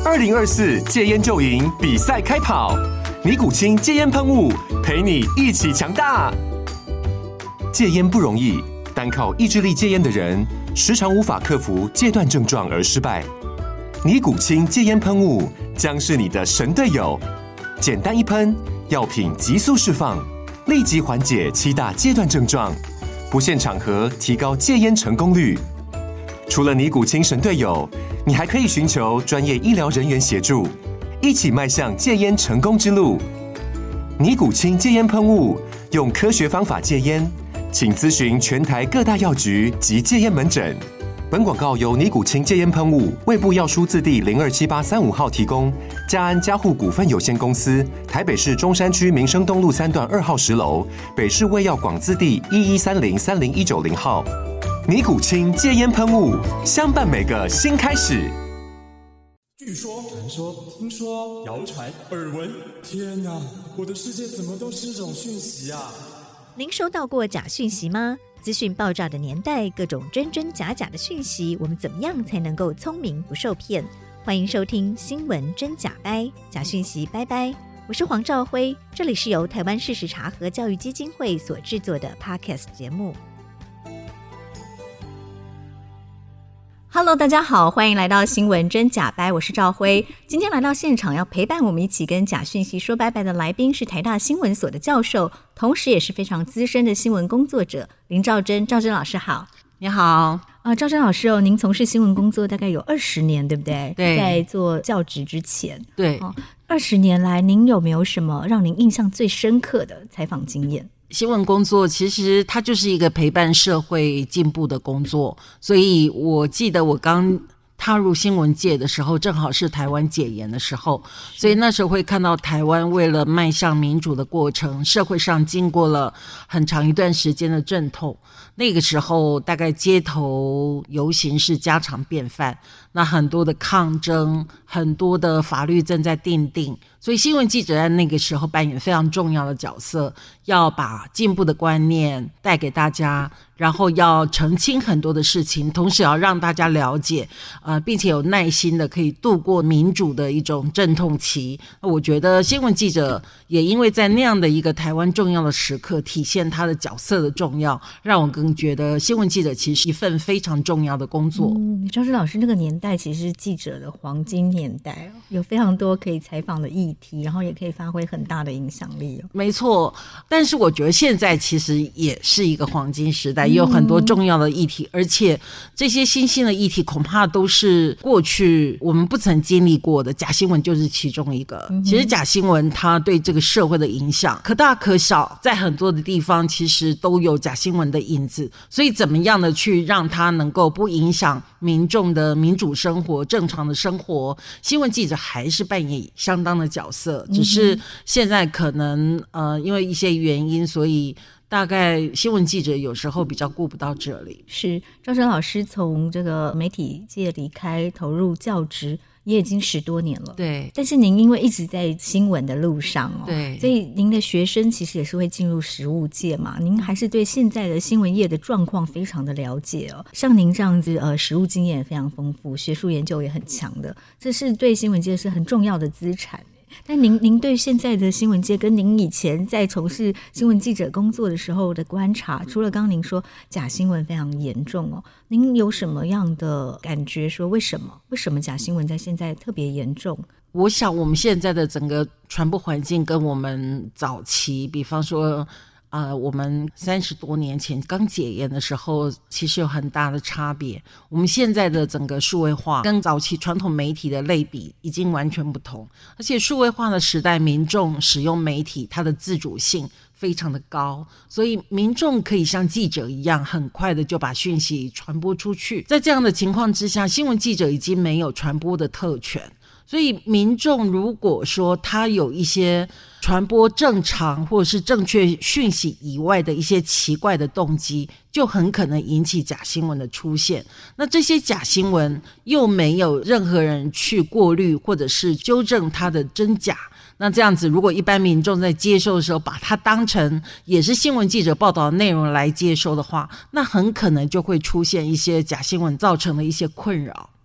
2024戒烟就赢比赛开跑，尼古清戒烟喷雾陪你一起强大。戒烟不容易，单靠意志力戒烟的人，时常无法克服戒断症状而失败。尼古清戒烟喷雾将是你的神队友，简单一喷，药品急速释放，立即缓解7大戒断症状，不限场合提高戒烟成功率。除了尼古清神队友，你还可以寻求专业医疗人员协助，一起迈向戒烟成功之路。尼古清戒烟喷雾，用科学方法戒烟，请咨询全台各大药局及戒烟门诊。本广告由尼古清戒烟喷雾、卫部药书字第027835号提供，嘉安嘉护股份有限公司，台北市中山区民生东路3段2号10楼，北市卫药广字第1130-30190号。尼古清戒烟喷雾，相伴每个新开始。 据说、传说、听说、谣传、耳闻，天哪！我的世界怎么都是这种讯息啊！ 您收到过假讯息吗？资讯爆炸的年代，各种真真假假的讯息，我们怎么样才能够聪明不受骗？欢迎收听新闻真假掰，假讯息拜拜。我是黄兆辉，这里是由台湾事实查核教育基金会所制作的 Podcast 节目。Hello， 大家好，欢迎来到新闻真假掰，我是兆辉。今天来到现场要陪伴我们一起跟假讯息说拜拜的来宾是台大新闻所的教授，同时也是非常资深的新闻工作者林兆珍。兆珍老师好。 你好。 兆珍老师您从事新闻工作大概有20年，对不对？ 对， 在做教职之前。 对。 20年来，您有没有什么让您印象最深刻的采访经验？ 新闻工作其实它就是一个陪伴社会进步的工作，所以我记得我刚踏入新闻界的时候，正好是台湾解严的时候，所以那时候会看到台湾为了迈向民主的过程，社会上经过了很长一段时间的阵痛。那个时候大概街头游行是家常便饭，那很多的抗争，很多的法律正在订定，所以新闻记者在那个时候扮演非常重要的角色，要把进步的观念带给大家，然后要澄清很多的事情，同时要让大家了解并且有耐心的可以度过民主的一种阵痛期。我觉得新闻记者也因为在那样的一个台湾重要的时刻体现他的角色的重要，让我更觉得新闻记者其实是一份非常重要的工作。 赵志老师那个年代其实是记者的黄金年代，有非常多可以采访的议题，然后也可以发挥很大的影响力。 没错，但是我觉得现在其实也是一个黄金时代，也有很多重要的议题，而且这些新兴的议题恐怕都是过去我们不曾经历过的，假新闻就是其中一个。其实假新闻它对这个社会的影响可大可小，在很多的地方其实都有假新闻的影子，所以怎么样的去让它能够不影响民众的民主生活、正常的生活，新闻记者还是扮演相当的角色，只是现在可能因为一些原因，所以大概新闻记者有时候比较顾不到这里。 是，兆珍老师从这个媒体界离开，投入教职也已经10多年了。 对。 但是您因为一直在新闻的路上对， 所以您的学生其实也是会进入实务界嘛，您还是对现在的新闻业的状况非常的了解像您这样子实务经验也非常丰富，学术研究也很强的，这是对新闻界是很重要的资产。但您对现在的新闻界跟您以前在从事新闻记者工作的时候的观察，除了刚刚您说假新闻非常严重您有什么样的感觉说为什么假新闻在现在特别严重？ 我想我们现在的整个传播环境跟我们早期，比方说我们30多年前刚解严的时候其实有很大的差别。我们现在的整个数位化跟早期传统媒体的类比已经完全不同，而且数位化的时代，民众使用媒体它的自主性非常的高，所以民众可以像记者一样很快的就把讯息传播出去。在这样的情况之下，新闻记者已经没有传播的特权，所以民众如果说他有一些传播正常或者是正确讯息以外的一些奇怪的动机，就很可能引起假新闻的出现。那这些假新闻又没有任何人去过滤或者是纠正它的真假，那这样子如果一般民众在接受的时候把它当成也是新闻记者报道的内容来接收的话，那很可能就会出现一些假新闻造成的一些困扰。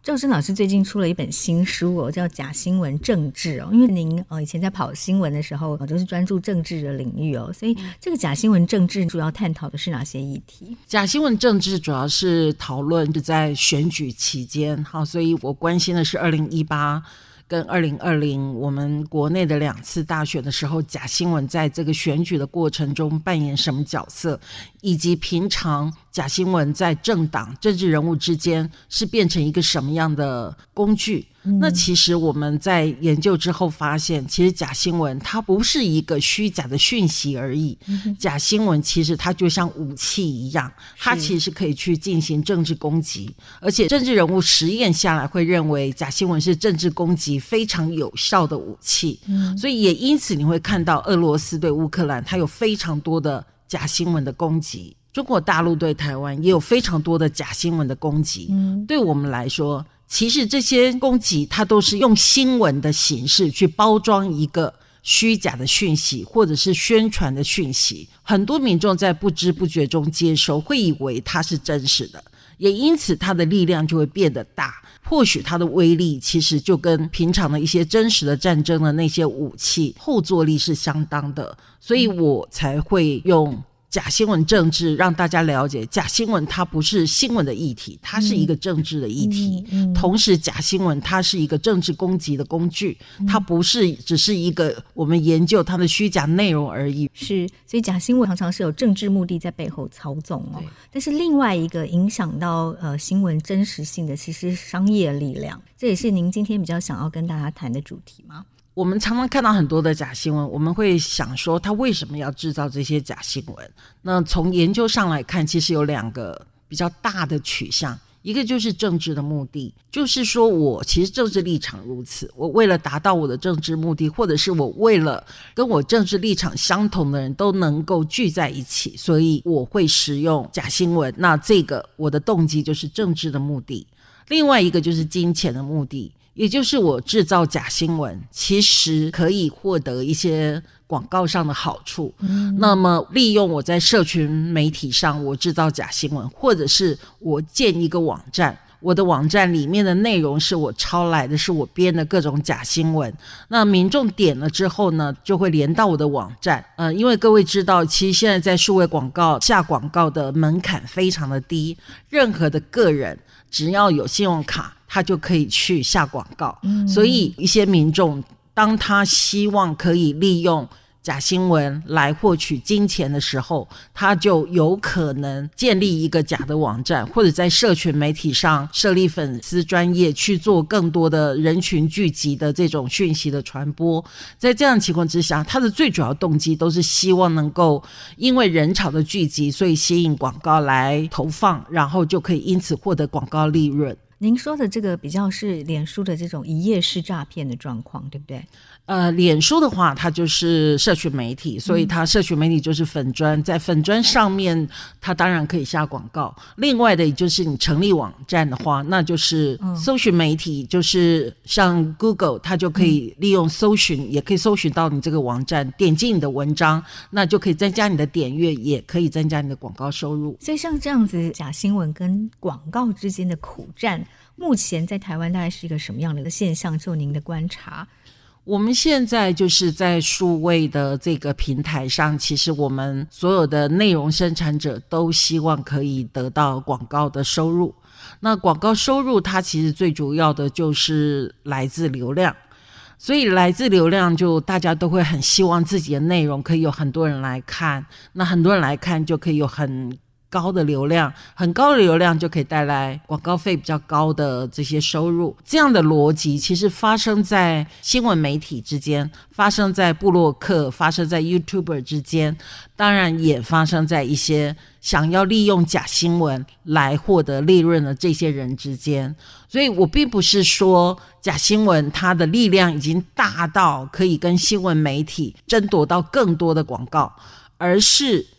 赵真老师最近出了一本新书哦，叫《假新闻政治》哦。因为您以前在跑新闻的时候就是专注政治的领域哦，所以这个假新闻政治主要探讨的是哪些议题？ 假新闻政治主要是讨论是在选举期间，好，所以我关心的是2018跟2020我们国内的2次大选的时候，假新闻在这个选举的过程中扮演什么角色，以及平常假新闻在政党政治人物之间是变成一个什么样的工具。那其实我们在研究之后发现，其实假新闻它不是一个虚假的讯息而已，假新闻其实它就像武器一样，它其实可以去进行政治攻击，而且政治人物实验下来会认为假新闻是政治攻击非常有效的武器。所以也因此你会看到俄罗斯对乌克兰它有非常多的假新闻的攻击，中国大陆对台湾也有非常多的假新闻的攻击。对我们来说，其实这些攻击它都是用新闻的形式去包装一个虚假的讯息或者是宣传的讯息，很多民众在不知不觉中接收，会以为它是真实的，也因此它的力量就会变得大，或许它的威力其实就跟平常的一些真实的战争的那些武器后坐力是相当的，所以我才会用假新闻政治让大家了解，假新闻它不是新闻的议题，它是一个政治的议题。同时假新闻它是一个政治攻击的工具，它不是只是一个我们研究它的虚假内容而已。 是，所以假新闻常常是有政治目的在背后操纵哦。但是另外一个影响到新闻真实性的其实是商业力量，这也是您今天比较想要跟大家谈的主题吗？ 我们常常看到很多的假新闻，我们会想说他为什么要制造这些假新闻。那从研究上来看，其实有2个比较大的取向，一个就是政治的目的，就是说我其实政治立场如此，我为了达到我的政治目的，或者是我为了跟我政治立场相同的人都能够聚在一起，所以我会使用假新闻，那这个我的动机就是政治的目的。另外一个就是金钱的目的，也就是我制造假新闻其实可以获得一些广告上的好处。那么利用我在社群媒体上我制造假新闻，或者是我建一个网站，我的网站里面的内容是我抄来的，是我编的各种假新闻，那民众点了之后呢就会连到我的网站。因为各位知道其实现在在数位广告下广告的门槛非常的低，任何的个人只要有信用卡他就可以去下广告。所以一些民众当他希望可以利用假新闻来获取金钱的时候，他就有可能建立一个假的网站，或者在社群媒体上设立粉丝专页，去做更多的人群聚集的这种讯息的传播。在这样的情况之下，他的最主要动机都是希望能够因为人潮的聚集，所以吸引广告来投放，然后就可以因此获得广告利润。 您说的这个比较是脸书的这种一页式诈骗的状况，对不对？ 脸书的话它就是社群媒体，所以它社群媒体就是粉专，在粉专上面它当然可以下广告。另外的也就是你成立网站的话，那就是搜寻媒体，就是像 Google 它就可以利用搜寻，也可以搜寻到你这个网站，点击你的文章，那就可以增加你的点阅，也可以增加你的广告收入。 所以像这样子假新闻跟广告之间的苦战，目前在台湾大概是一个什么样的现象？就您的观察。 我们现在就是在数位的这个平台上，其实我们所有的内容生产者都希望可以得到广告的收入。那广告收入它其实最主要的就是来自流量，所以来自流量就大家都会很希望自己的内容可以有很多人来看，那很多人来看就可以有很高的流量，很高的流量就可以带来广告费比较高的这些收入。这样的逻辑其实发生在新闻媒体之间，发生在部落客，发生在 YouTuber 之间，当然也发生在一些想要利用假新闻来获得利润的这些人之间。所以我并不是说假新闻它的力量已经大到可以跟新闻媒体争夺到更多的广告，而是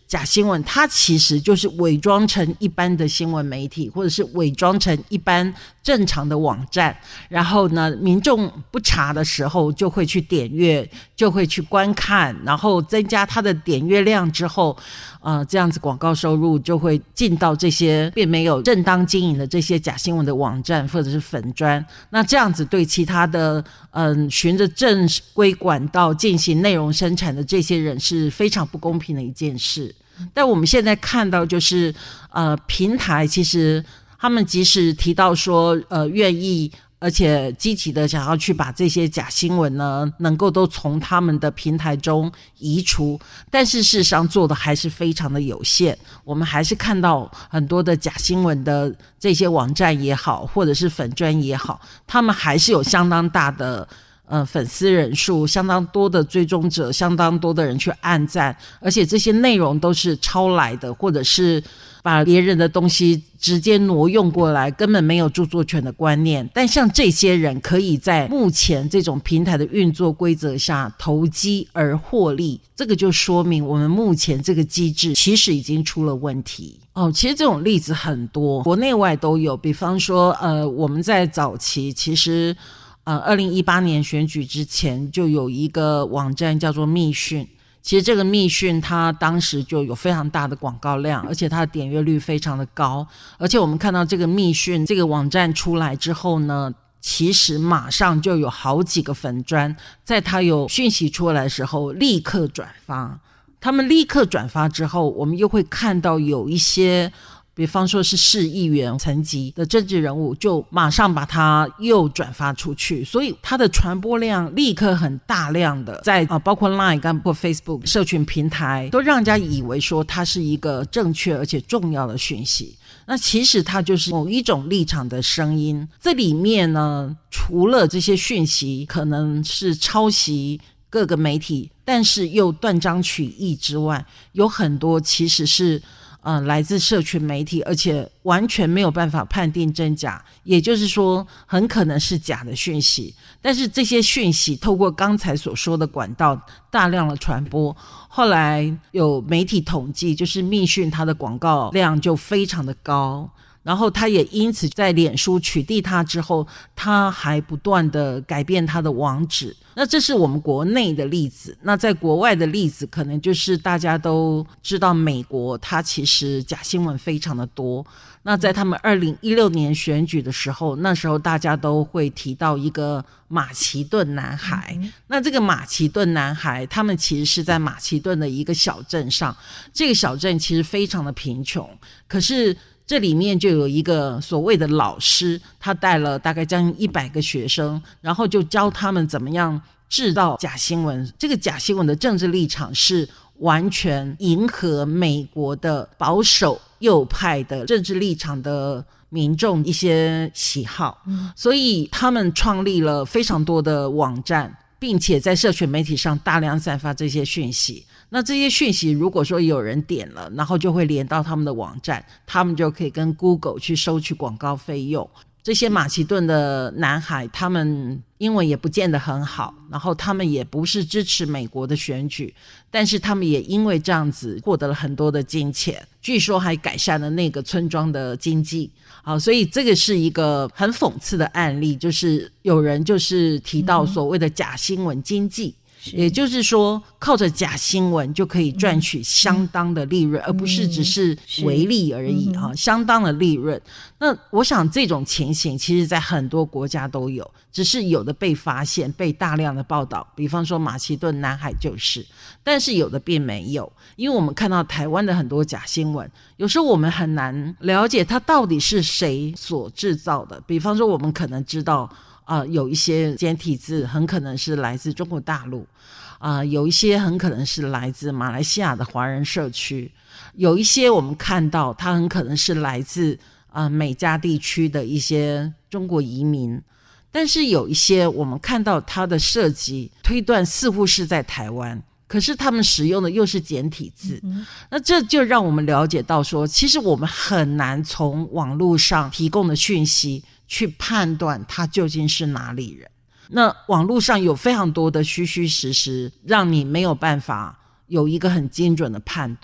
假新闻它其实就是伪装成一般的新闻媒体，或者是伪装成一般正常的网站，然后呢民众不查的时候就会去点阅，就会去观看，然后增加它的点阅量之后这样子广告收入就会进到这些并没有正当经营的这些假新闻的网站或者是粉专，那这样子对其他的循着正规管道进行内容生产的这些人是非常不公平的一件事。但我们现在看到就是平台其实他们即使提到说愿意而且积极的想要去把这些假新闻呢能够都从他们的平台中移除，但是事实上做的还是非常的有限。我们还是看到很多的假新闻的这些网站也好，或者是粉专也好，他们还是有相当大的粉丝人数，相当多的追踪者，相当多的人去按赞，而且这些内容都是抄来的，或者是把别人的东西直接挪用过来，根本没有著作权的观念。但像这些人可以在目前这种平台的运作规则下投机而获利，这个就说明我们目前这个机制其实已经出了问题。其实这种例子很多，国内外都有。比方说我们在早期其实2018年选举之前就有一个网站叫做密讯，其实这个密讯它当时就有非常大的广告量，而且它的点阅率非常的高。而且我们看到这个密讯这个网站出来之后呢，其实马上就有好几个粉专在它有讯息出来的时候立刻转发，他们立刻转发之后，我们又会看到有一些比方说是市议员层级的政治人物就马上把它又转发出去，所以它的传播量立刻很大量的在包括 LINE 跟包括 Facebook 社群平台都让人家以为说它是一个正确而且重要的讯息，那其实它就是某一种立场的声音。这里面呢，除了这些讯息可能是抄袭各个媒体但是又断章取义之外，有很多其实是来自社群媒体，而且完全没有办法判定真假，也就是说很可能是假的讯息。但是这些讯息透过刚才所说的管道大量的传播，后来有媒体统计，就是密讯它的广告量就非常的高，然后他也因此在脸书取缔它之后，他还不断的改变他的网址。那这是我们国内的例子，那在国外的例子可能就是大家都知道美国它其实假新闻非常的多。那在他们2016年选举的时候，那时候大家都会提到一个马其顿男孩，那这个马其顿男孩他们其实是在马其顿的一个小镇上，这个小镇其实非常的贫穷，可是这里面就有一个所谓的老师，他带了大概将近100个学生，然后就教他们怎么样制造假新闻。这个假新闻的政治立场是完全迎合美国的保守右派的政治立场的民众一些喜好，所以他们创立了非常多的网站，并且在社群媒体上大量散发这些讯息。那这些讯息如果说有人点了，然后就会连到他们的网站，他们就可以跟 Google 去收取广告费用。这些马其顿的男孩他们英文也不见得很好，然后他们也不是支持美国的选举，但是他们也因为这样子获得了很多的金钱，据说还改善了那个村庄的经济。好，所以这个是一个很讽刺的案例，就是有人就是提到所谓的假新闻经济，也就是说靠着假新闻就可以赚取相当的利润，而不是只是微利而已，相当的利润。那我想这种情形其实在很多国家都有，只是有的被发现被大量的报道，比方说马其顿南海就是，但是有的并没有。因为我们看到台湾的很多假新闻，有时候我们很难了解它到底是谁所制造的。比方说我们可能知道有一些简体字很可能是来自中国大陆，有一些很可能是来自马来西亚的华人社区，有一些我们看到它很可能是来自美加地区的一些中国移民，但是有一些我们看到它的设计推断似乎是在台湾，可是他们使用的又是简体字，那这就让我们了解到说，其实我们很难从网络上提供的讯息去判断他究竟是哪里人。那网络上有非常多的虚虚实实，让你没有办法有一个很精准的判断。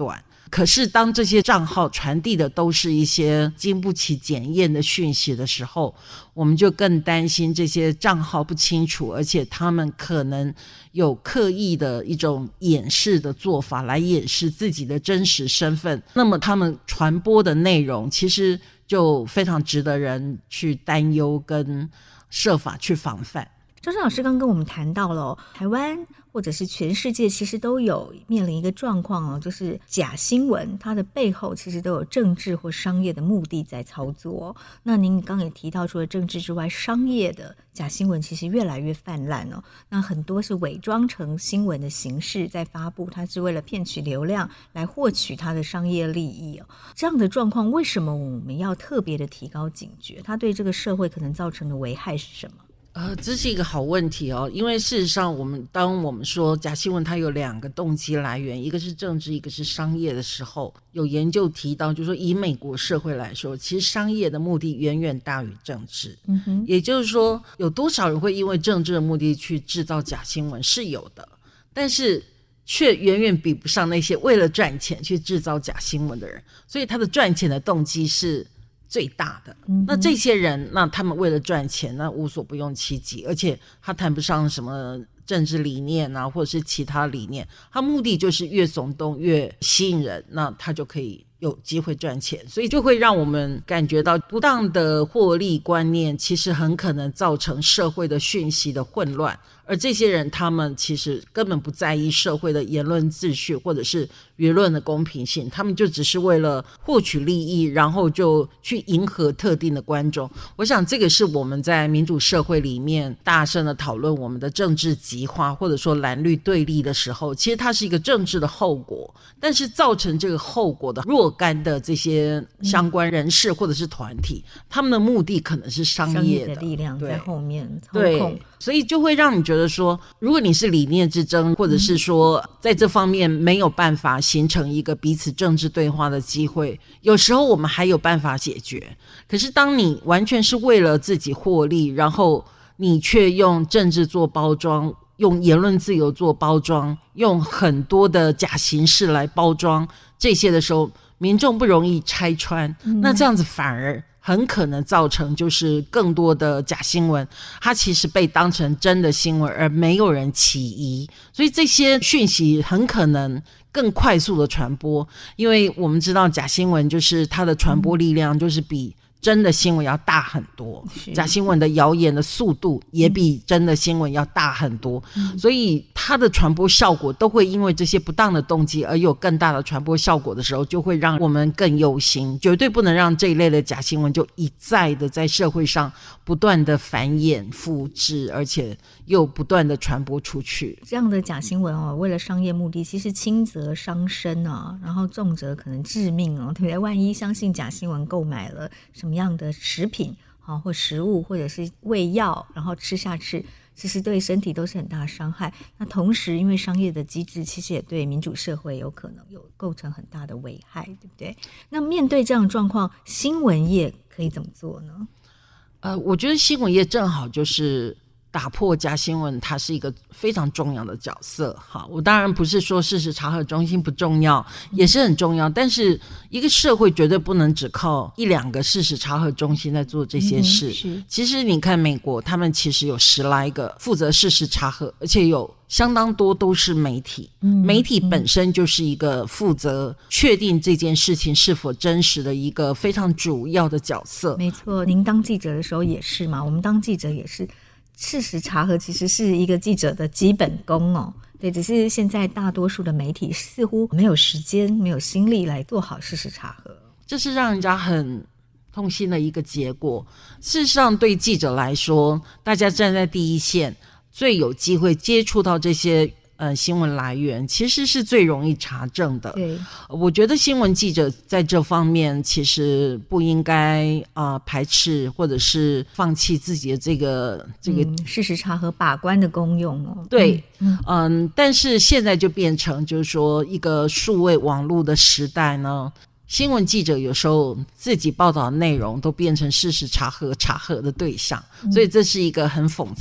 可是当这些账号传递的都是一些经不起检验的讯息的时候，我们就更担心这些账号不清楚，而且他们可能有刻意的一种掩饰的做法来掩饰自己的真实身份，那么他们传播的内容其实就非常值得人去担忧跟设法去防范。 周深老师刚跟我们谈到了台湾或者是全世界其实都有面临一个状况就是假新闻它的背后其实都有政治或商业的目的在操作。那您刚刚也提到除了政治之外，商业的假新闻其实越来越泛滥那很多是伪装成新闻的形式在发布，它是为了骗取流量来获取它的商业利益这样的状况为什么我们要特别的提高警觉？它对这个社会可能造成的危害是什么？ 这是一个好问题因为事实上当我们说假新闻它有2个动机来源，一个是政治，一个是商业的时候，有研究提到就是说以美国社会来说，其实商业的目的远远大于政治。也就是说有多少人会因为政治的目的去制造假新闻是有的，但是却远远比不上那些为了赚钱去制造假新闻的人，所以他的赚钱的动机是最大的。那这些人那他们为了赚钱那无所不用其极，而且他谈不上什么政治理念或者是其他理念，他目的就是越耸动越吸引人，那他就可以有机会赚钱，所以就会让我们感觉到不当的获利观念其实很可能造成社会的讯息的混乱，而这些人他们其实根本不在意社会的言论秩序或者是舆论的公平性，他们就只是为了获取利益，然后就去迎合特定的观众。我想这个是我们在民主社会里面大声的讨论我们的政治极化或者说蓝绿对立的时候，其实它是一个政治的后果，但是造成这个后果的若干的这些相关人士或者是团体，他们的目的可能是商业的力量在后面操控， 对，所以就会让你觉得说，如果你是理念之争，或者是说在这方面没有办法形成一个彼此政治对话的机会，有时候我们还有办法解决。可是当你完全是为了自己获利，然后你却用政治做包装，用言论自由做包装，用很多的假形式来包装这些的时候，民众不容易拆穿，那这样子反而很可能造成就是更多的假新闻，它其实被当成真的新闻而没有人起疑，所以这些讯息很可能更快速的传播，因为我们知道假新闻就是它的传播力量就是比真的新闻要大很多，假新闻的谣言的速度也比真的新闻要大很多，所以它的传播效果都会因为这些不当的动机而有更大的传播效果的时候，就会让我们更忧心，绝对不能让这一类的假新闻就一再的在社会上不断的繁衍复制，而且又不断的传播出去。 这样的假新闻为了商业目的，其实轻则伤身然后重则可能致命对不对？万一相信假新闻购买了什么样的食品或食物或者是喂药，然后吃下去，其实对身体都是很大的伤害。那同时因为商业的机制，其实也对民主社会有可能有构成很大的危害，对不对？那面对这样的状况，新闻业可以怎么做呢？ 我觉得新闻业正好就是打破假新闻，它是一个非常重要的角色。好，我当然不是说事实查核中心不重要，也是很重要，但是一个社会绝对不能只靠1-2个事实查核中心在做这些事。其实你看美国，他们其实有10来个负责事实查核，而且有相当多都是媒体。媒体本身就是一个负责确定这件事情是否真实的一个非常主要的角色。 没错，您当记者的时候也是嘛，我们当记者也是。事实查核其实是一个记者的基本功对，只是现在大多数的媒体似乎没有时间没有心力来做好事实查核， 这是让人家很痛心的一个结果。事实上对记者来说，大家站在第一线，最有机会接触到这些新闻来源，其实是最容易查证的。 对， 我觉得新闻记者在这方面其实不应该排斥或者是放弃自己的这个事实查核把关的功用对，但是现在就变成就是说一个数位网络的时代呢，新闻记者有时候自己报道的内容都变成事实查核的对象，所以这是一个很讽刺。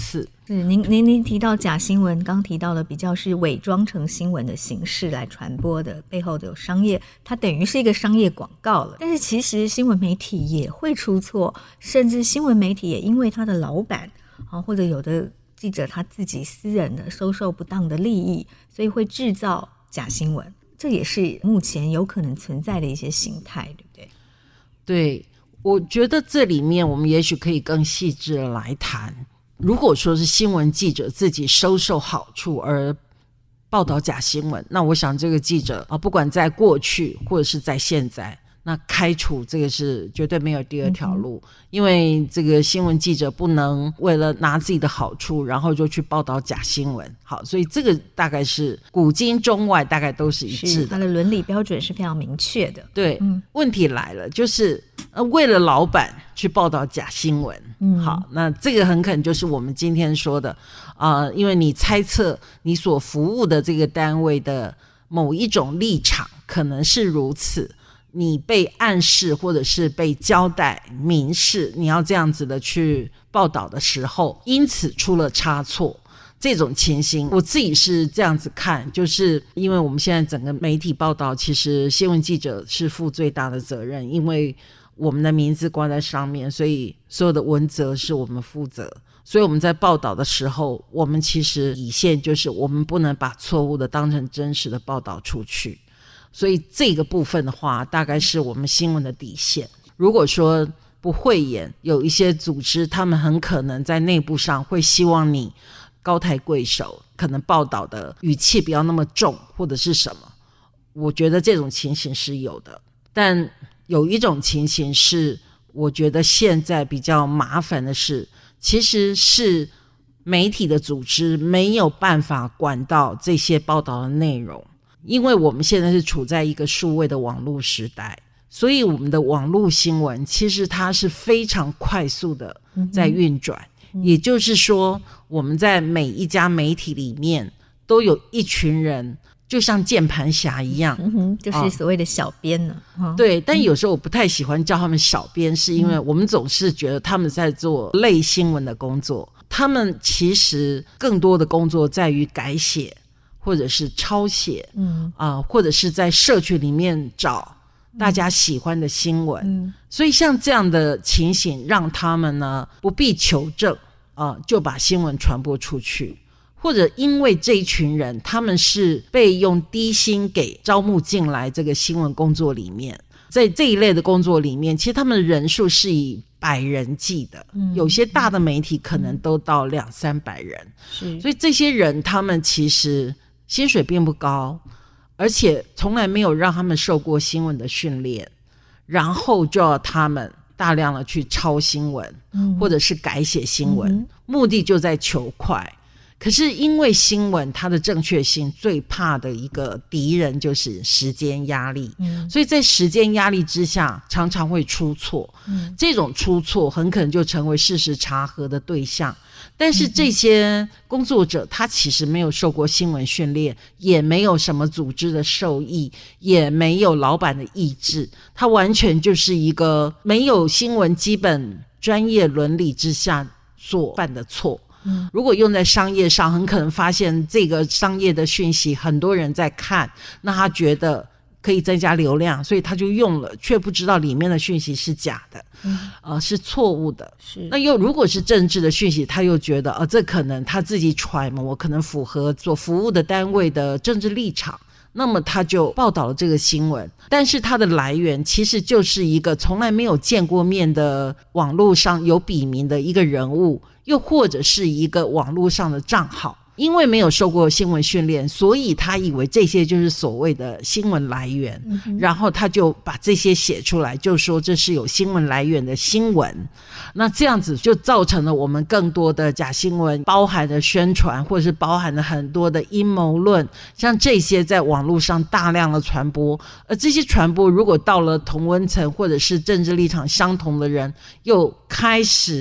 是您提到假新闻，刚提到的比较是伪装成新闻的形式来传播的，背后的有商业，它等于是一个商业广告了。但是其实新闻媒体也会出错，甚至新闻媒体也因为他的老板或者有的记者他自己私人的收受不当的利益，所以会制造假新闻，这也是目前有可能存在的一些形态，对不对？ 对，我觉得这里面我们也许可以更细致的来谈。如果说是新闻记者自己收受好处而报道假新闻，那我想这个记者不管在过去或者是在现在，那开除这个是绝对没有第二条路，因为这个新闻记者不能为了拿自己的好处然后就去报道假新闻。好，所以这个大概是古今中外大概都是一致的， 它的伦理标准是非常明确的。 对，问题来了，就是为了老板去报道假新闻。好，那这个很可能就是我们今天说的因为你猜测你所服务的这个单位的某一种立场可能是如此，你被暗示或者是被交代明示你要这样子的去报道的时候，因此出了差错。这种情形我自己是这样子看，就是因为我们现在整个媒体报道，其实新闻记者是负最大的责任，因为我们的名字挂在上面，所以所有的文责是我们负责。所以我们在报道的时候，我们其实底线就是我们不能把错误的当成真实的报道出去。所以这个部分的话，大概是我们新闻的底线。如果说不讳言，有一些组织他们很可能在内部上会希望你高抬贵手，可能报道的语气不要那么重或者是什么，我觉得这种情形是有的。但有一种情形是我觉得现在比较麻烦的是，其实是媒体的组织没有办法管到这些报道的内容，因为我们现在是处在一个数位的网络时代，所以我们的网络新闻其实它是非常快速的在运转，也就是说我们在每一家媒体里面都有一群人就像键盘侠一样， 就是所谓的小编呢。 对，但有时候我不太喜欢叫他们小编，是因为我们总是觉得他们在做类新闻的工作，他们其实更多的工作在于改写或者是抄写，或者是在社群里面找大家喜欢的新闻，所以像这样的情形让他们呢不必求证就把新闻传播出去，或者因为这一群人他们是被用低薪给招募进来这个新闻工作里面，在这一类的工作里面，其实他们的人数是以100人计的，有些大的媒体可能都到200-300人，所以这些人他们其实薪水并不高，而且从来没有让他们受过新闻的训练，然后就要他们大量的去抄新闻，或者是改写新闻，目的就在求快。可是因为新闻它的正确性最怕的一个敌人就是时间压力，所以在时间压力之下常常会出错，这种出错很可能就成为事实查核的对象。但是这些工作者他其实没有受过新闻训练，也没有什么组织的受益，也没有老板的意志，他完全就是一个没有新闻基本专业伦理之下所犯的错。如果用在商业上，很可能发现这个商业的讯息很多人在看，那他觉得可以增加流量，所以他就用了，却不知道里面的讯息是假的，是错误的。那又如果是政治的讯息，他又觉得这可能他自己揣摩，可能符合所服务的单位的政治立场，那么他就报道了这个新闻，但是它的来源其实就是一个从来没有见过面的网络上有笔名的一个人物，又或者是一个网络上的账号。因为没有受过新闻训练，所以他以为这些就是所谓的新闻来源，然后他就把这些写出来，就说这是有新闻来源的新闻。那这样子就造成了我们更多的假新闻，包含的宣传，或者是包含了很多的阴谋论，像这些在网络上大量的传播，而这些传播如果到了同温层或者是政治立场相同的人，又开始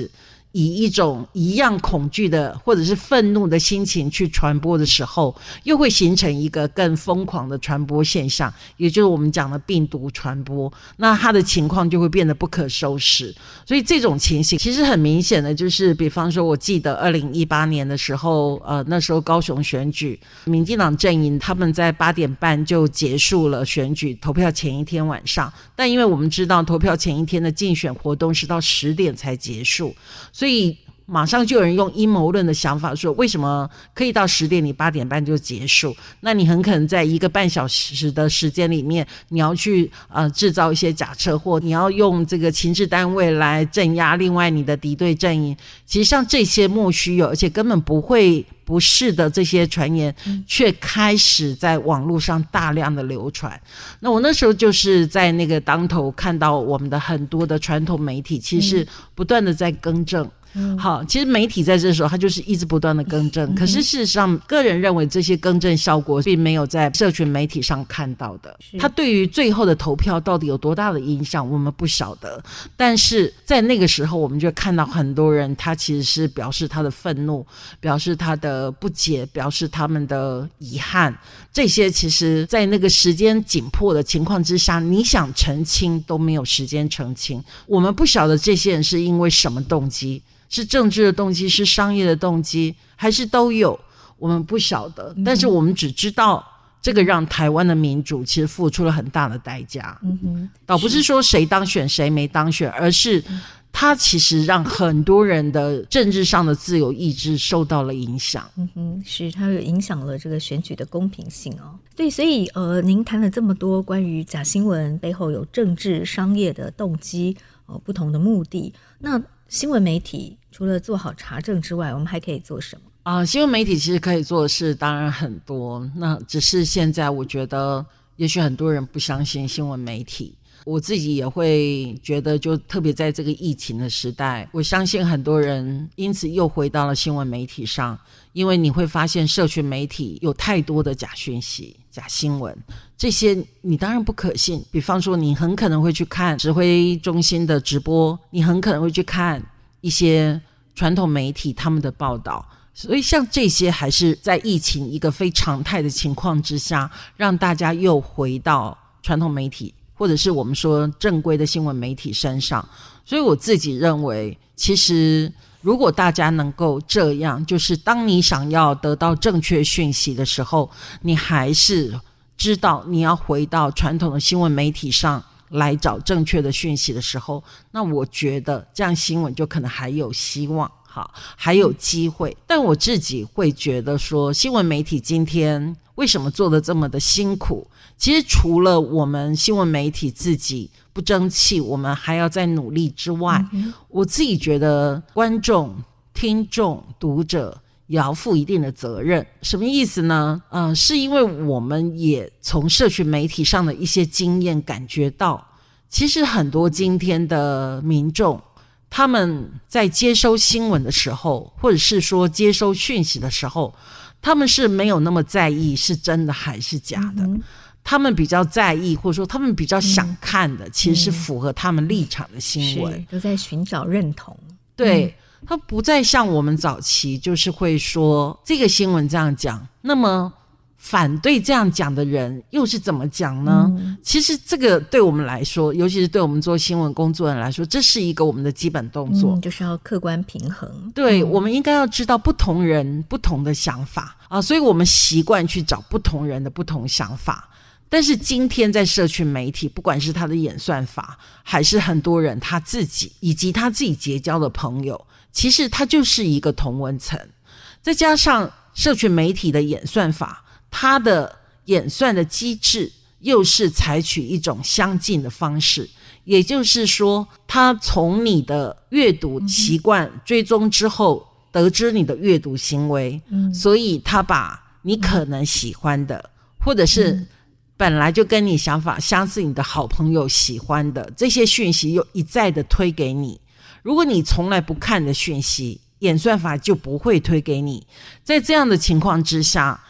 以一种一样恐惧的或者是愤怒的心情去传播的时候，又会形成一个更疯狂的传播现象，也就是我们讲的病毒传播，那它的情况就会变得不可收拾。所以这种情形其实很明显的就是，比方说我记得2018年的时候，那时候高雄选举，民进党阵营他们在8点半就结束了选举投票前一天晚上，但因为我们知道投票前一天的竞选活动是到10点才结束，所以马上就有人用阴谋论的想法说，为什么可以到10点你8点半就结束？那你很可能在1个半小时的时间里面，你要去制造一些假车祸，你要用这个情治单位来镇压另外你的敌对阵营。其实像这些莫须有而且根本不是的这些传言，却开始在网络上大量的流传。那我那时候就是在那个当头看到我们的很多的传统媒体其实不断的在更正。好，其实媒体在这时候它就是一直不断的更正，可是事实上个人认为这些更正效果并没有在社群媒体上看到的，它对于最后的投票到底有多大的影响我们不晓得，但是在那个时候我们就看到很多人他其实是表示他的愤怒，表示他的不解，表示他们的遗憾，这些其实在那个时间紧迫的情况之下，你想澄清都没有时间澄清。我们不晓得这些人是因为什么动机，是政治的动机，是商业的动机，还是都有，我们不晓得，但是我们只知道这个让台湾的民主其实付出了很大的代价。倒不是说谁当选谁没当选，而是它其实让很多人的政治上的自由意志受到了影响。 是它有影响了这个选举的公平性哦。对，所以您谈了这么多关于假新闻背后有政治商业的动机，不同的目的，那新闻媒体除了做好查证之外，我们还可以做什么？ 新闻媒体其实可以做的事当然很多，那只是现在我觉得也许很多人不相信新闻媒体，我自己也会觉得，就特别在这个疫情的时代，我相信很多人因此又回到了新闻媒体上，因为你会发现社群媒体有太多的假讯息、假新闻，这些你当然不可信。比方说你很可能会去看指挥中心的直播，你很可能会去看一些传统媒体他们的报道，所以像这些还是在疫情一个非常态的情况之下，让大家又回到传统媒体或者是我们说正规的新闻媒体身上。所以我自己认为，其实如果大家能够这样，就是当你想要得到正确讯息的时候，你还是知道你要回到传统的新闻媒体上来找正确的讯息的时候，那我觉得这样新闻就可能还有希望，好，还有机会。但我自己会觉得说，新闻媒体今天为什么做得这么的辛苦，其实除了我们新闻媒体自己不争气，我们还要再努力之外，我自己觉得观众、听众、读者也要负一定的责任。什么意思呢？是因为我们也从社群媒体上的一些经验感觉到，其实很多今天的民众，他们在接收新闻的时候，或者是说接收讯息的时候，他们是没有那么在意是真的还是假的，他们比较在意或者说他们比较想看的，其实是符合他们立场的新闻， 都在寻找认同。 对，他不再像我们早期就是会说这个新闻这样讲，那么反对这样讲的人又是怎么讲呢？其实这个对我们来说，尤其是对我们做新闻工作人来说，这是一个我们的基本动作， 就是要客观平衡。 对，我们应该要知道不同人不同的想法所以我们习惯去找不同人的不同想法。但是今天在社群媒体，不管是他的演算法，还是很多人他自己以及他自己结交的朋友，其实他就是一个同温层。再加上社群媒体的演算法，它的演算的机制又是采取一种相近的方式，也就是说它从你的阅读习惯追踪之后得知你的阅读行为，所以它把你可能喜欢的，或者是本来就跟你想法相似你的好朋友喜欢的这些讯息又一再的推给你。如果你从来不看的讯息，演算法就不会推给你。在这样的情况之下，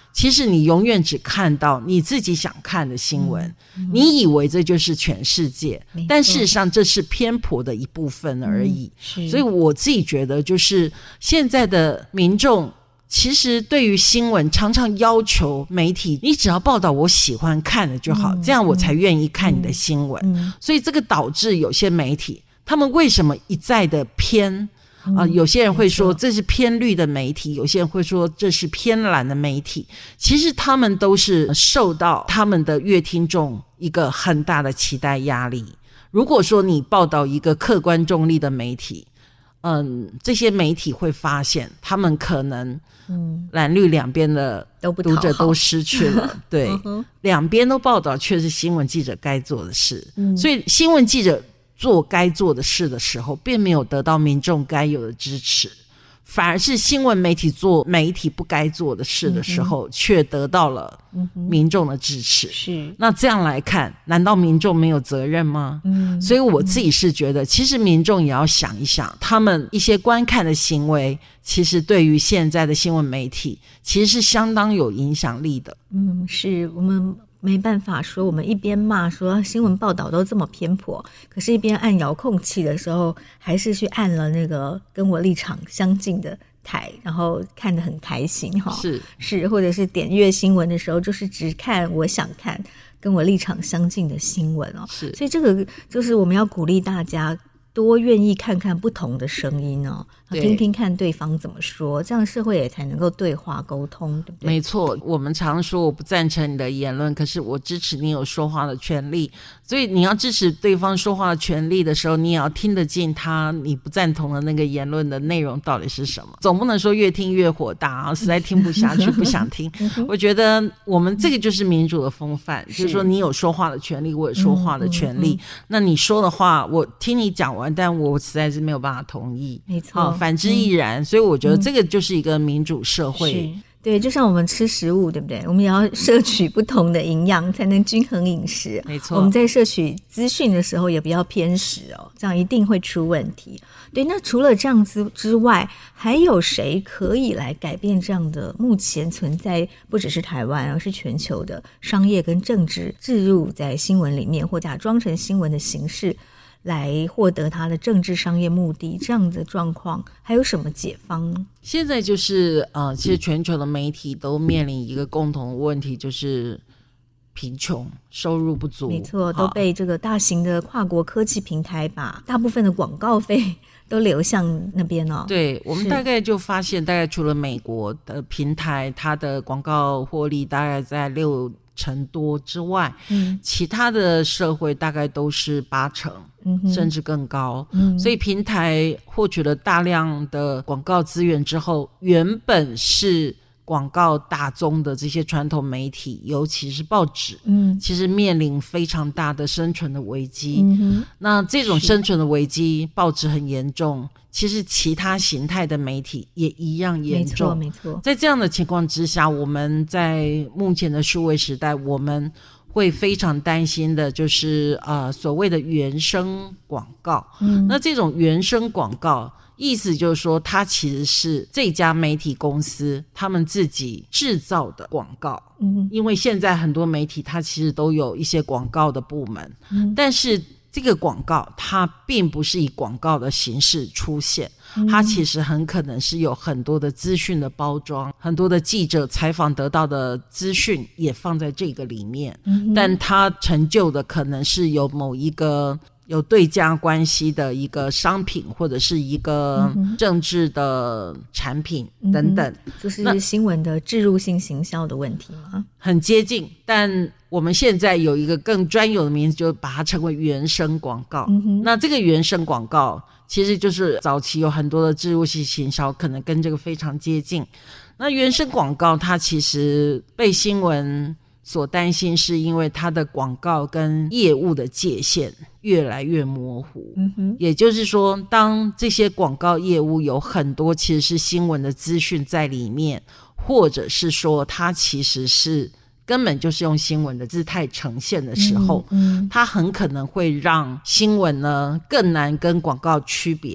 其实你永远只看到你自己想看的新闻，你以为这就是全世界，但事实上这是偏颇的一部分而已。所以我自己觉得就是现在的民众其实对于新闻常常要求媒体，你只要报道我喜欢看的就好，这样我才愿意看你的新闻。所以这个导致有些媒体他们为什么一再的偏有些人会说这是偏绿的媒体，有些人会说这是偏蓝的媒体，其实他们都是受到他们的乐听众一个很大的期待压力。如果说你报道一个客观中立的媒体，这些媒体会发现他们可能蓝绿两边的读者都失去了对，两边都报道却是新闻记者该做的事，所以新闻记者做该做的事的时候并没有得到民众该有的支持，反而是新闻媒体做媒体不该做的事的时候却得到了民众的支持。是，那这样来看，难道民众没有责任吗？所以我自己是觉得其实民众也要想一想，他们一些观看的行为其实对于现在的新闻媒体其实是相当有影响力的。 是，我们没办法说我们一边骂说新闻报道都这么偏颇，可是一边按遥控器的时候还是去按了那个跟我立场相近的台，然后看得很开心。是，或者是点阅新闻的时候就是只看我想看跟我立场相近的新闻是，所以这个就是我们要鼓励大家多愿意看看不同的声音听听看对方怎么说，这样社会也才能够对话沟通，对不对？没错，我们常说我不赞成你的言论，可是我支持你有说话的权利，所以你要支持对方说话的权利的时候，你也要听得进他你不赞同的那个言论的内容到底是什么，总不能说越听越火大实在听不下去不想听我觉得我们这个就是民主的风范，就是说你有说话的权利，我有说话的权利，那你说的话我听你讲完，但我实在是没有办法同意，没错，反之亦然，所以我觉得这个就是一个民主社会。 对，就像我们吃食物，对不对？我们也要摄取不同的营养，才能均衡饮食。没错，我们在摄取资讯的时候也不要偏食这样一定会出问题。对，那除了这样子之外，还有谁可以来改变这样的目前存在不只是台湾而是全球的商业跟政治置入在新闻里面，或假装成新闻的形式来获得他的政治商业目的，这样的状况还有什么解方？ 现在就是其实全球的媒体都面临一个共同的问题，就是贫穷，收入不足。 没错，都被这个大型的跨国科技平台把大部分的广告费都流向那边对，我们大概就发现，大概除了美国的平台，它的广告获利大概在6成多之外，其他的社会大概都是8成，甚至更高。所以平台获取了大量的广告资源之后，原本是广告大宗的这些传统媒体，尤其是报纸，其实面临非常大的生存的危机。那这种生存的危机，报纸很严重，其实其他形态的媒体也一样严重。没错，在这样的情况之下，我们在目前的数位时代，我们会非常担心的就是所谓的原生广告。那这种原生广告意思就是说，它其实是这家媒体公司他们自己制造的广告。因为现在很多媒体它其实都有一些广告的部门，但是这个广告它并不是以广告的形式出现，它其实很可能是有很多的资讯的包装，很多的记者采访得到的资讯也放在这个里面，但它成就的可能是有某一个有对价关系的一个商品，或者是一个政治的产品等等， 就是新闻的置入性行销的问题吗？ 很接近，但我们现在有一个更专有的名字，就把它称为原生广告。那这个原生广告其实就是早期有很多的置入性行销可能跟这个非常接近。那原生广告它其实被新闻所担心，是因为它的广告跟业务的界限越来越模糊。也就是说，当这些广告业务有很多其实是新闻的资讯在里面，或者是说它其实是根本就是用新闻的姿态呈现的时候，它很可能会让新闻呢更难跟广告区别。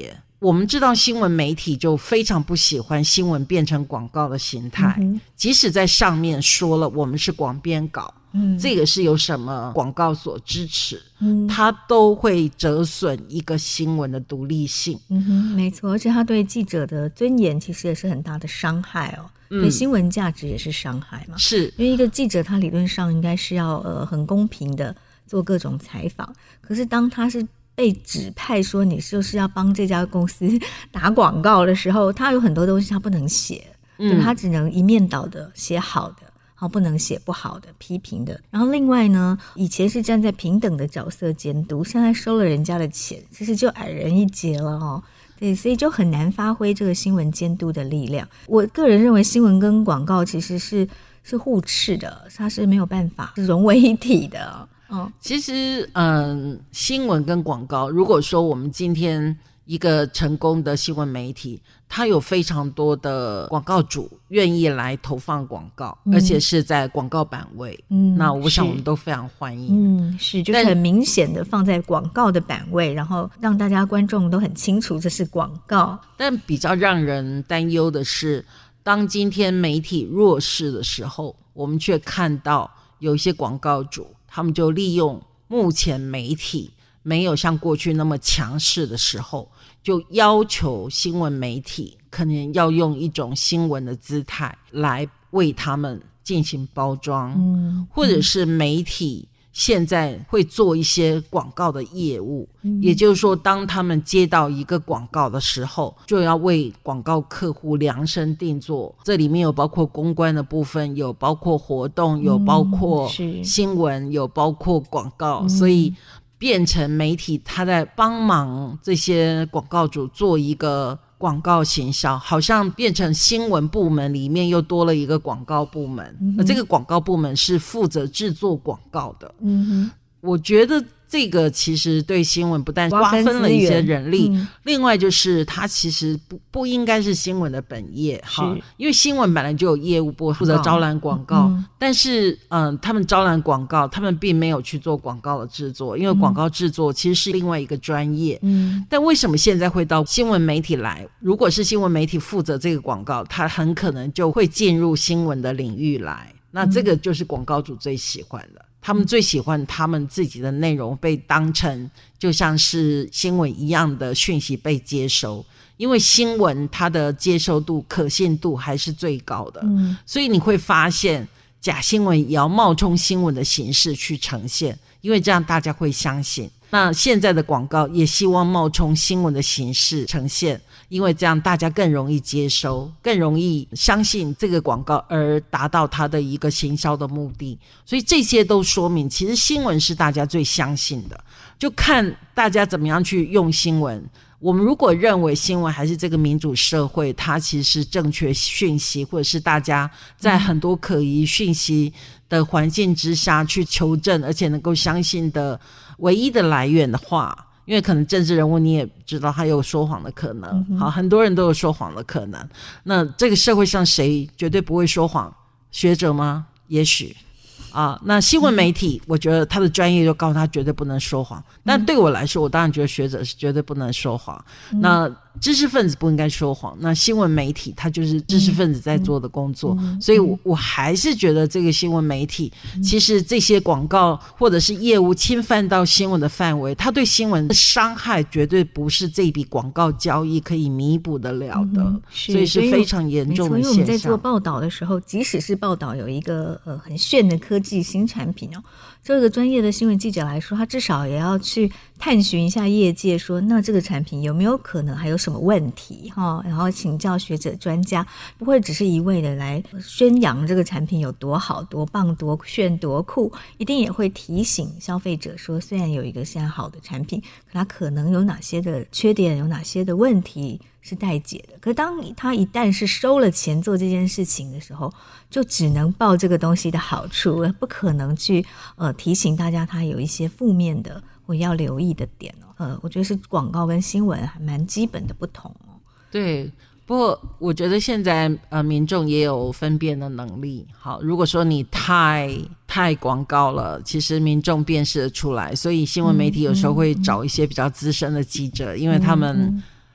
我们知道新闻媒体就非常不喜欢新闻变成广告的形态，即使在上面说了我们是广编稿，这个是有什么广告所支持，它都会折损一个新闻的独立性。 没错，而且它对记者的尊严其实也是很大的伤害哦。对新闻价值也是伤害嘛。 是因为一个记者他理论上应该是要很公平的做各种采访，可是当他是被指派说你就是要帮这家公司打广告的时候，他有很多东西他不能写，他只能一面倒的写好的，不能写不好的批评的。然后另外呢，以前是站在平等的角色监督，现在收了人家的钱，其实就矮人一截了哦。对，所以就很难发挥这个新闻监督的力量。我个人认为新闻跟广告其实是互斥的，它是没有办法融为一体的。 其实新闻跟广告，如果说我们今天一个成功的新闻媒体，它有非常多的广告主愿意来投放广告，而且是在广告版位，那我想我们都非常欢迎。 是，就是很明显的放在广告的版位，然后让大家观众都很清楚这是广告。 但比较让人担忧的是，当今天媒体弱势的时候，我们却看到有一些广告主，他们就利用目前媒体没有像过去那么强势的时候，就要求新闻媒体可能要用一种新闻的姿态来为他们进行包装，或者是媒体现在会做一些广告的业务，也就是说当他们接到一个广告的时候，就要为广告客户量身定做，这里面有包括公关的部分，有包括活动，有包括新闻，有包括广告，所以变成媒体他在帮忙这些广告主做一个广告行销，好像变成新闻部门里面又多了一个广告部门，那这个广告部门是负责制作广告的。我觉得这个其实对新闻不但瓜分了一些人力，另外就是它其实不应该是新闻的本业哈，因为新闻本来就有业务部负责招揽广告，但是他们招揽广告，他们并没有去做广告的制作，因为广告制作其实是另外一个专业。但为什么现在会到新闻媒体来？如果是新闻媒体负责这个广告，它很可能就会进入新闻的领域来，那这个就是广告主最喜欢的。他们最喜欢他们自己的内容被当成就像是新闻一样的讯息被接收，因为新闻它的接受度可信度还是最高的，所以你会发现假新闻也要冒充新闻的形式去呈现，因为这样大家会相信。那现在的广告也希望冒充新闻的形式呈现，因为这样大家更容易接收，更容易相信这个广告而达到它的一个行销的目的。所以这些都说明其实新闻是大家最相信的，就看大家怎么样去用新闻。我们如果认为新闻还是这个民主社会它其实是正确讯息，或者是大家在很多可疑讯息的环境之下去求证而且能够相信的唯一的来源的话，因为可能政治人物你也知道他有说谎的可能，好，很多人都有说谎的可能，那这个社会上谁绝对不会说谎？学者吗？也许那新闻媒体我觉得他的专业就告诉他绝对不能说谎，但对我来说我当然觉得学者是绝对不能说谎，那知识分子不应该说谎，那新闻媒体它就是知识分子在做的工作，所以我还是觉得这个新闻媒体其实这些广告或者是业务侵犯到新闻的范围，它对新闻的伤害绝对不是这笔广告交易可以弥补得了的，所以是非常严重的现象。 因为我们在做报道的时候，即使是报道有一个很炫的科技新产品这个专业的新闻记者来说，他至少也要去探寻一下业界，说那这个产品有没有可能还有什么问题然后请教学者专家，不会只是一味的来宣扬这个产品有多好多棒多炫多酷，一定也会提醒消费者说，虽然有一个现在好的产品，可它可能有哪些的缺点，有哪些的问题是待解的。可当他一旦是收了钱做这件事情的时候，就只能报这个东西的好处，不可能去提醒大家它有一些负面的或要留意的点我觉得是广告跟新闻还蛮基本的不同对，不过我觉得现在民众也有分辨的能力。好，如果说你太广告了，其实民众辨识得出来，所以新闻媒体有时候会找一些比较资深的记者，因为他们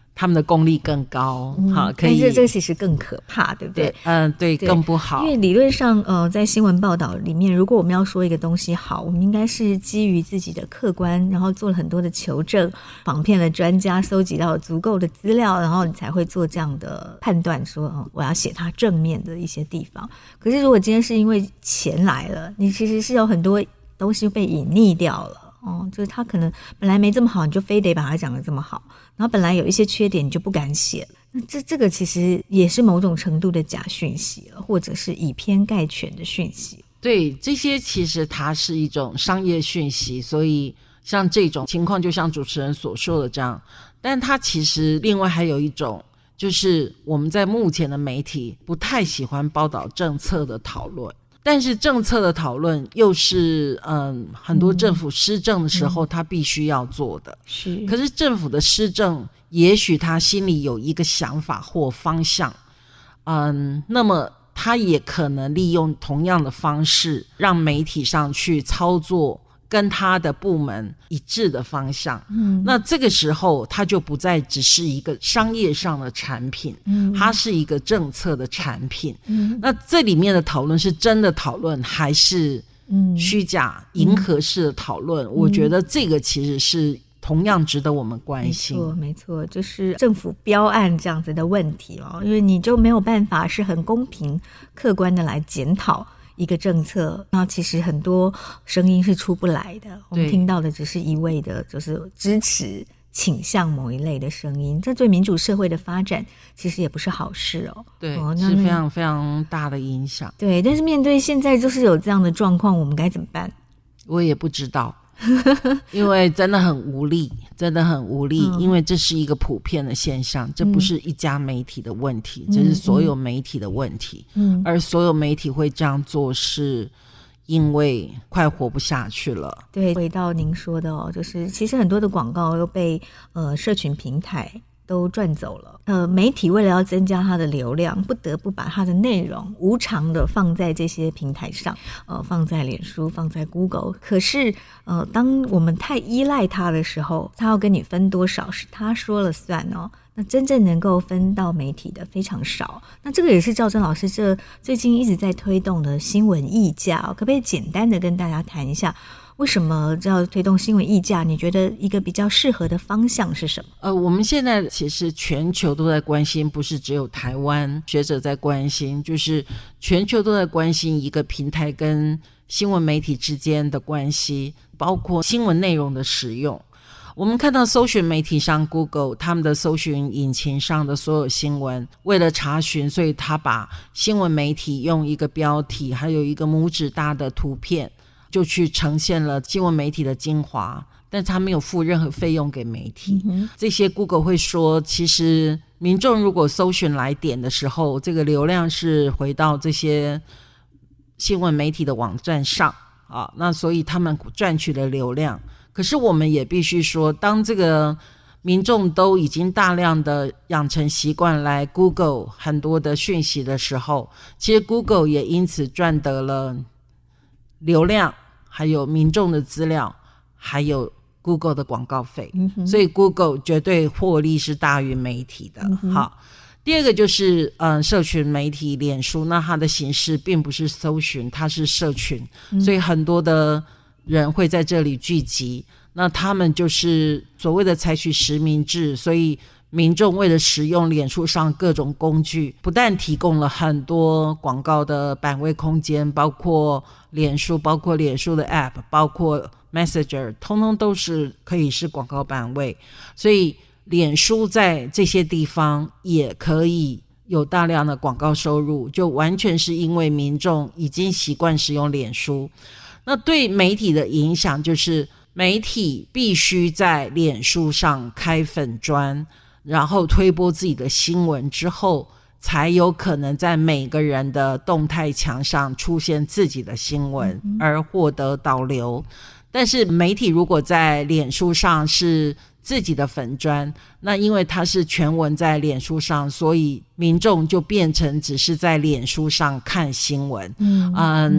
他们的功力更高，好，可以。 但是这其实更可怕，对不对？ 对，更不好。 因为理论上，在新闻报道里面，如果我们要说一个东西好，我们应该是基于自己的客观，然后做了很多的求证，访骗了专家，搜集到足够的资料，然后你才会做这样的判断说，我要写它正面的一些地方。可是如果今天是因为钱来了，你其实是有很多东西被隐匿掉了。就是他可能本来没这么好，你就非得把它讲得这么好，然后本来有一些缺点你就不敢写，那这个其实也是某种程度的假讯息了，或者是以偏概全的讯息。 对，这些其实它是一种商业讯息，所以像这种情况就像主持人所说的这样，但它其实另外还有一种，就是我们在目前的媒体不太喜欢报道政策的讨论，但是政策的讨论又是很多政府施政的时候他必须要做的。 是， 可是政府的施政也许他心里有一个想法或方向，那么他也可能利用同样的方式让媒体上去操作跟他的部门一致的方向。那这个时候他就不再只是一个商业上的产品，它是一个政策的产品。那这里面的讨论是真的讨论还是虚假迎合式的讨论，我觉得这个其实是同样值得我们关心。 没错，就是政府标案这样子的问题因为你就没有办法是很公平客观的来检讨一个政策，那其实很多声音是出不来的，我们听到的只是一味的就是支持倾向某一类的声音，这对民主社会的发展其实也不是好事对，是非常非常大的影响。 对，但是面对现在就是有这样的状况，我们该怎么办？ 我也不知道因为真的很无力，因为这是一个普遍的现象，这不是一家媒体的问题，这是所有媒体的问题。而所有媒体会这样做是因为快活不下去了。 对，回到您说的就是其实很多的广告都被社群平台都赚走了。媒体为了要增加它的流量，不得不把它的内容无偿的放在这些平台上，放在脸书，放在 Google。可是当我们太依赖它的时候，它要跟你分多少是他说了算那真正能够分到媒体的非常少。那这个也是兆珍老师这最近一直在推动的新闻议价可不可以简单的跟大家谈一下，为什么要推动新闻议价？你觉得一个比较适合的方向是什么？ 我们现在其实全球都在关心，不是只有台湾学者在关心，就是全球都在关心一个平台跟新闻媒体之间的关系，包括新闻内容的使用。我们看到搜寻媒体上 Google 他们的搜寻引擎上的所有新闻，为了查询，所以他把新闻媒体用一个标题还有一个拇指大的图片就去呈现了新闻媒体的精华，但他没有付任何费用给媒体。这些 Google 会说，其实民众如果搜寻来点的时候，这个流量是回到这些新闻媒体的网站上那所以他们赚取了流量。可是我们也必须说，当这个民众都已经大量的养成习惯来 Google 很多的讯息的时候，其实 Google 也因此赚得了流量，还有民众的资料，还有 Google 的广告费。所以 Google 绝对获利是大于媒体的。好，第二个就是社群媒体脸书，那它的形式并不是搜寻，它是社群，所以很多的人会在这里聚集，那他们就是所谓的采取实名制，所以民众为了使用脸书上各种工具，不但提供了很多广告的版位空间，包括脸书的 App， 包括 Messenger， 通通都是可以是广告版位，所以脸书在这些地方也可以有大量的广告收入，就完全是因为民众已经习惯使用脸书。那对媒体的影响就是媒体必须在脸书上开粉专，然后推播自己的新闻之后，才有可能在每个人的动态墙上出现自己的新闻而获得导流。但是媒体如果在脸书上是自己的粉专，那因为它是全文在脸书上，所以民众就变成只是在脸书上看新闻。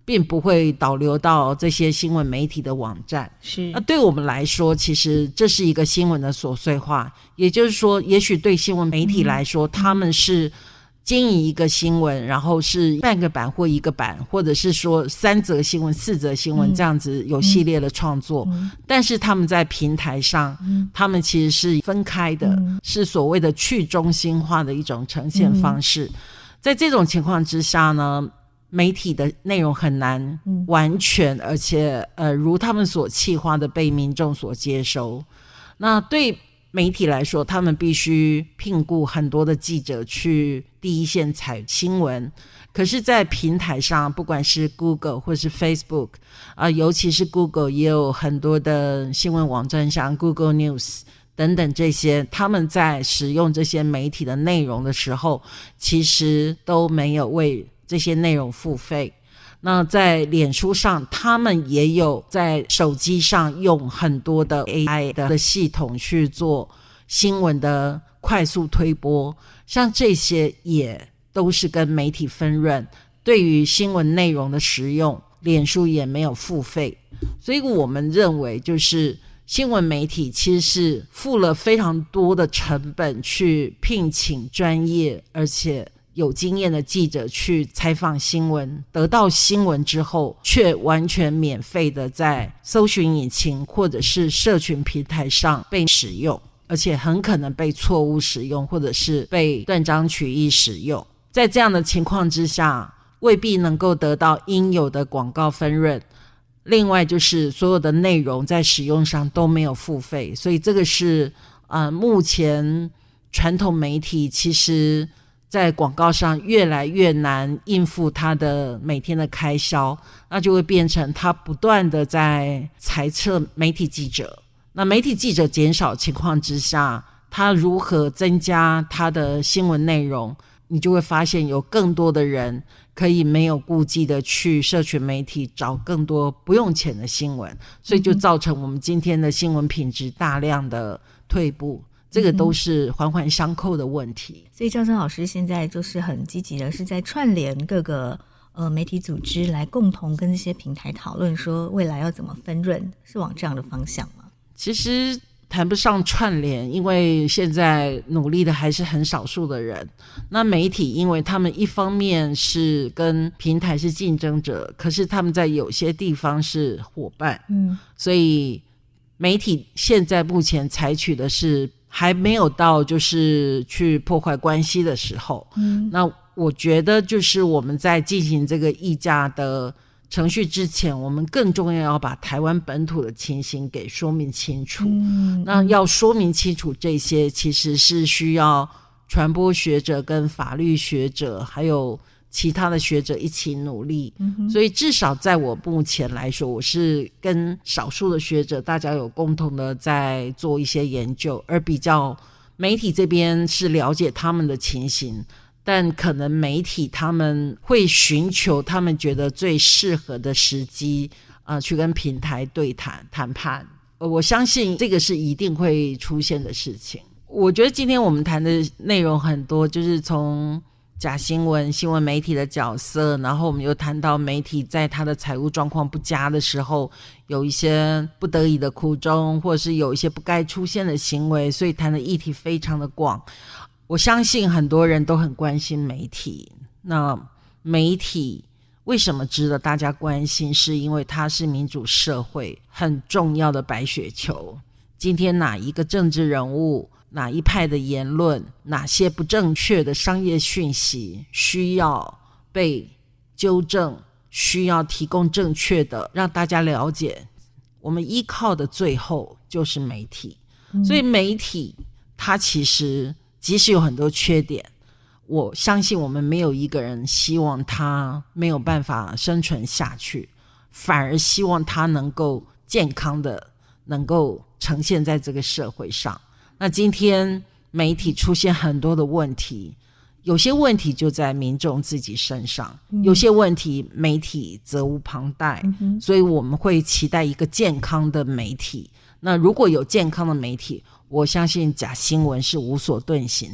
并不会导流到这些新闻媒体的网站。 是， 那对我们来说，其实这是一个新闻的琐碎化，也就是说，也许对新闻媒体来说，他们是经营一个新闻，然后是半个版或一个版，或者是说3则新闻、4则新闻这样子有系列的创作，但是他们在平台上，他们其实是分开的，是所谓的去中心化的一种呈现方式。在这种情况之下呢，媒体的内容很难完全而且如他们所企划的被民众所接收。那对媒体来说，他们必须聘雇很多的记者去第一线采新闻，可是在平台上，不管是 Google 或是 Facebook 尤其是 Google 也有很多的新闻网站，像 Google News 等等这些，他们在使用这些媒体的内容的时候，其实都没有为这些内容付费。那在脸书上，他们也有在手机上用很多的 AI 的系统去做新闻的快速推播，像这些也都是跟媒体分润，对于新闻内容的使用，脸书也没有付费。所以我们认为就是新闻媒体其实是付了非常多的成本去聘请专业而且有经验的记者去采访新闻，得到新闻之后却完全免费的在搜寻引擎或者是社群平台上被使用，而且很可能被错误使用或者是被断章取义使用。在这样的情况之下，未必能够得到应有的广告分润，另外就是所有的内容在使用上都没有付费，所以这个是目前传统媒体其实在广告上越来越难应付他的每天的开销，那就会变成他不断的在裁撤媒体记者。那媒体记者减少情况之下，他如何增加他的新闻内容，你就会发现有更多的人可以没有顾忌的去社群媒体找更多不用钱的新闻，所以就造成我们今天的新闻品质大量的退步，这个都是环环相扣的问题。 所以赵真老师现在就是很积极的是在串联各个媒体组织来共同跟这些平台讨论说未来要怎么分润，是往这样的方向吗？ 其实谈不上串联，因为现在努力的还是很少数的人。那媒体因为他们一方面是跟平台是竞争者，可是他们在有些地方是伙伴，所以媒体现在目前采取的是还没有到就是去破坏关系的时候。那我觉得就是我们在进行这个议价的程序之前，我们更重要要把台湾本土的情形给说明清楚。那要说明清楚这些，其实是需要传播学者跟法律学者还有其他的学者一起努力。所以至少在我目前来说，我是跟少数的学者大家有共同的在做一些研究，而比较媒体这边是了解他们的情形，但可能媒体他们会寻求他们觉得最适合的时机去跟平台对谈谈判。我相信这个是一定会出现的事情。我觉得今天我们谈的内容很多，就是从假新闻、新闻媒体的角色，然后我们又谈到媒体在他的财务状况不佳的时候有一些不得已的苦衷，或者是有一些不该出现的行为，所以谈的议题非常的广。我相信很多人都很关心媒体，那媒体为什么值得大家关心，是因为它是民主社会很重要的白雪球。今天哪一个政治人物，哪一派的言论，哪些不正确的商业讯息需要被纠正，需要提供正确的让大家了解，我们依靠的最后就是媒体。所以媒体它其实即使有很多缺点，我相信我们没有一个人希望它没有办法生存下去，反而希望它能够健康的能够呈现在这个社会上。那今天媒体出现很多的问题，有些问题就在民众自己身上，有些问题媒体责无旁贷，所以我们会期待一个健康的媒体。那如果有健康的媒体，我相信假新闻是无所遁形的。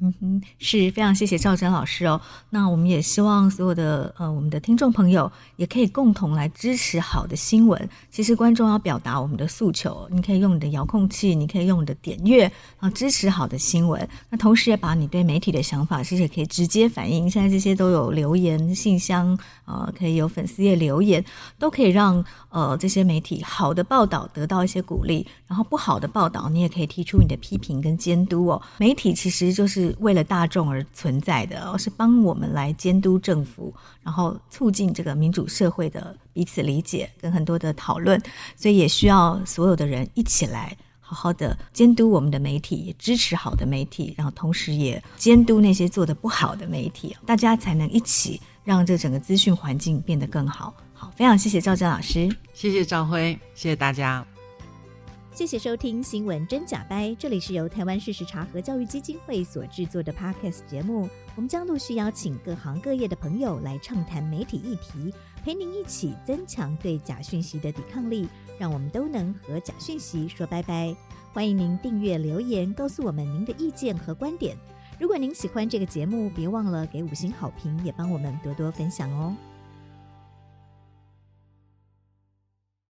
是非常谢谢兆珍老师哦。那我们也希望所有的我们的听众朋友也可以共同来支持好的新闻。其实观众要表达我们的诉求，你可以用你的遥控器，你可以用你的点阅支持好的新闻。那同时也把你对媒体的想法其实也可以直接反映，现在这些都有留言信箱，可以有粉丝页留言，都可以让这些媒体好的报道得到一些鼓励，然后不好的报道你也可以提出你的批评跟监督哦。媒体其实就是为了大众而存在的，是帮我们来监督政府，然后促进这个民主社会的彼此理解跟很多的讨论，所以也需要所有的人一起来好好的监督我们的媒体，也支持好的媒体，然后同时也监督那些做得不好的媒体，大家才能一起让这整个资讯环境变得更好。好，非常谢谢兆珍老师。 谢谢兆辉，谢谢大家。 谢谢收听新闻真假掰，这里是由台湾事实查核教育基金会所制作的 Podcast 节目，我们将陆续邀请各行各业的朋友来畅谈媒体议题，陪您一起增强对假讯息的抵抗力，让我们都能和假讯息说拜拜。欢迎您订阅留言告诉我们您的意见和观点，如果您喜欢这个节目，别忘了给5星好评，也帮我们多多分享哦。